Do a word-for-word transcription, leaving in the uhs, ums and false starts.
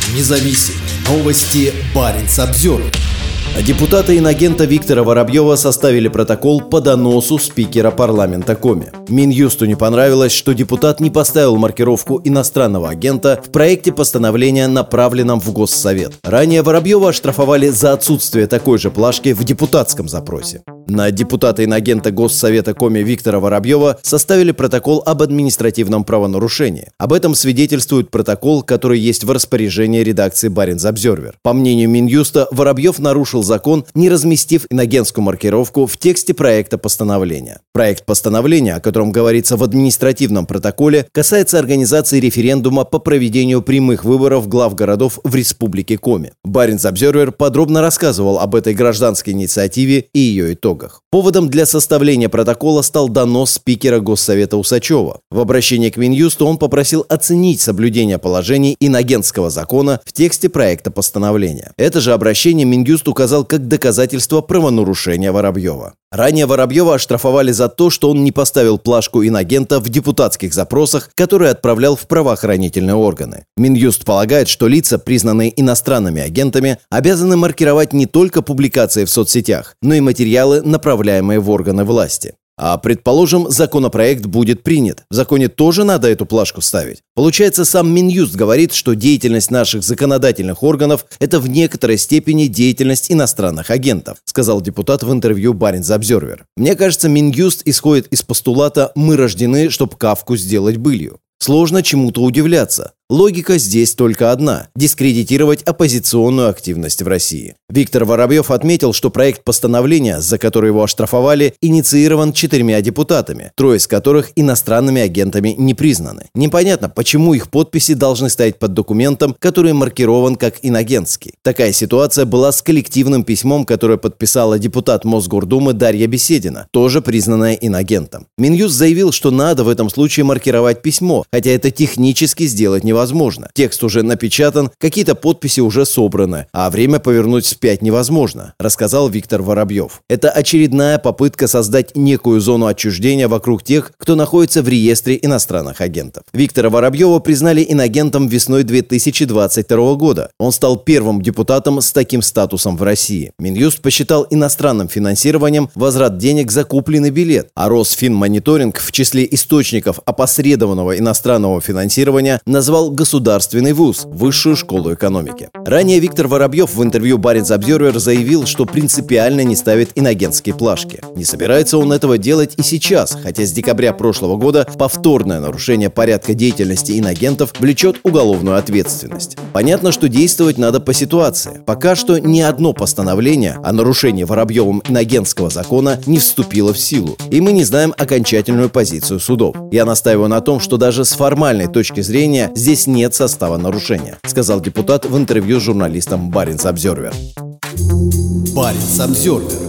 независим. Новости Баренц-Обзервер. Депутаты инагента Виктора Воробьева составили протокол по доносу спикера парламента Коми. Минюсту не понравилось, что депутат не поставил маркировку иностранного агента в проекте постановления, направленном в Госсовет. Ранее Воробьева оштрафовали за отсутствие такой же плашки в депутатском запросе. На депутата инагента Госсовета Коми Виктора Воробьева составили протокол об административном правонарушении. Об этом свидетельствует протокол, который есть в распоряжении редакции Баренц-Обзервер. По мнению Минюста, Воробьев нарушил закон, не разместив инагентскую маркировку в тексте проекта постановления. Проект постановления, о котором говорится в административном протоколе, касается организации референдума по проведению прямых выборов глав городов в Республике Коми. Баренц-Обзервер подробно рассказывал об этой гражданской инициативе и ее итогах. Поводом для составления протокола стал донос спикера Госсовета Усачева. В обращении к Минюсту он попросил оценить соблюдение положений инагентского закона в тексте проекта постановления. Это же обращение Минюст указал как доказательство правонарушения Воробьева. Ранее Воробьева оштрафовали за то, что он не поставил плашку инагента в депутатских запросах, которые отправлял в правоохранительные органы. Минюст полагает, что лица, признанные иностранными агентами, обязаны маркировать не только публикации в соцсетях, но и материалы, направляемые в органы власти. А, предположим, законопроект будет принят. В законе тоже надо эту плашку ставить. Получается, сам Минюст говорит, что деятельность наших законодательных органов – это в некоторой степени деятельность иностранных агентов, сказал депутат в интервью Баренц-Обзервер. Мне кажется, Минюст исходит из постулата «мы рождены, чтобы Кафку сделать былью». Сложно чему-то удивляться. Логика здесь только одна – дискредитировать оппозиционную активность в России. Виктор Воробьев отметил, что проект постановления, за который его оштрафовали, инициирован четырьмя депутатами, трое из которых иностранными агентами не признаны. Непонятно, почему их подписи должны стоять под документом, который маркирован как инагентский. Такая ситуация была с коллективным письмом, которое подписала депутат Мосгордумы Дарья Беседина, тоже признанная инагентом. Минюст заявил, что надо в этом случае маркировать письмо, хотя это технически сделать невозможно. Возможно. Текст уже напечатан, какие-то подписи уже собраны, а время повернуть вспять невозможно, рассказал Виктор Воробьев. Это очередная попытка создать некую зону отчуждения вокруг тех, кто находится в реестре иностранных агентов. Виктора Воробьева признали инагентом весной две тысячи двадцать второго года. Он стал первым депутатом с таким статусом в России. Минюст посчитал иностранным финансированием возврат денег за купленный билет, а Росфинмониторинг в числе источников опосредованного иностранного финансирования назвал государственный вуз, высшую школу экономики. Ранее Виктор Воробьев в интервью Баренц-Обзервер заявил, что принципиально не ставит инагентские плашки. Не собирается он этого делать и сейчас, хотя с декабря прошлого года повторное нарушение порядка деятельности инагентов влечет уголовную ответственность. Понятно, что действовать надо по ситуации. Пока что ни одно постановление о нарушении Воробьевым инагентского закона не вступило в силу, и мы не знаем окончательную позицию судов. Я настаиваю на том, что даже с формальной точки зрения здесь нет состава нарушения, сказал депутат в интервью с журналистом Баренц-Обзервер. Баренц-Обзервер.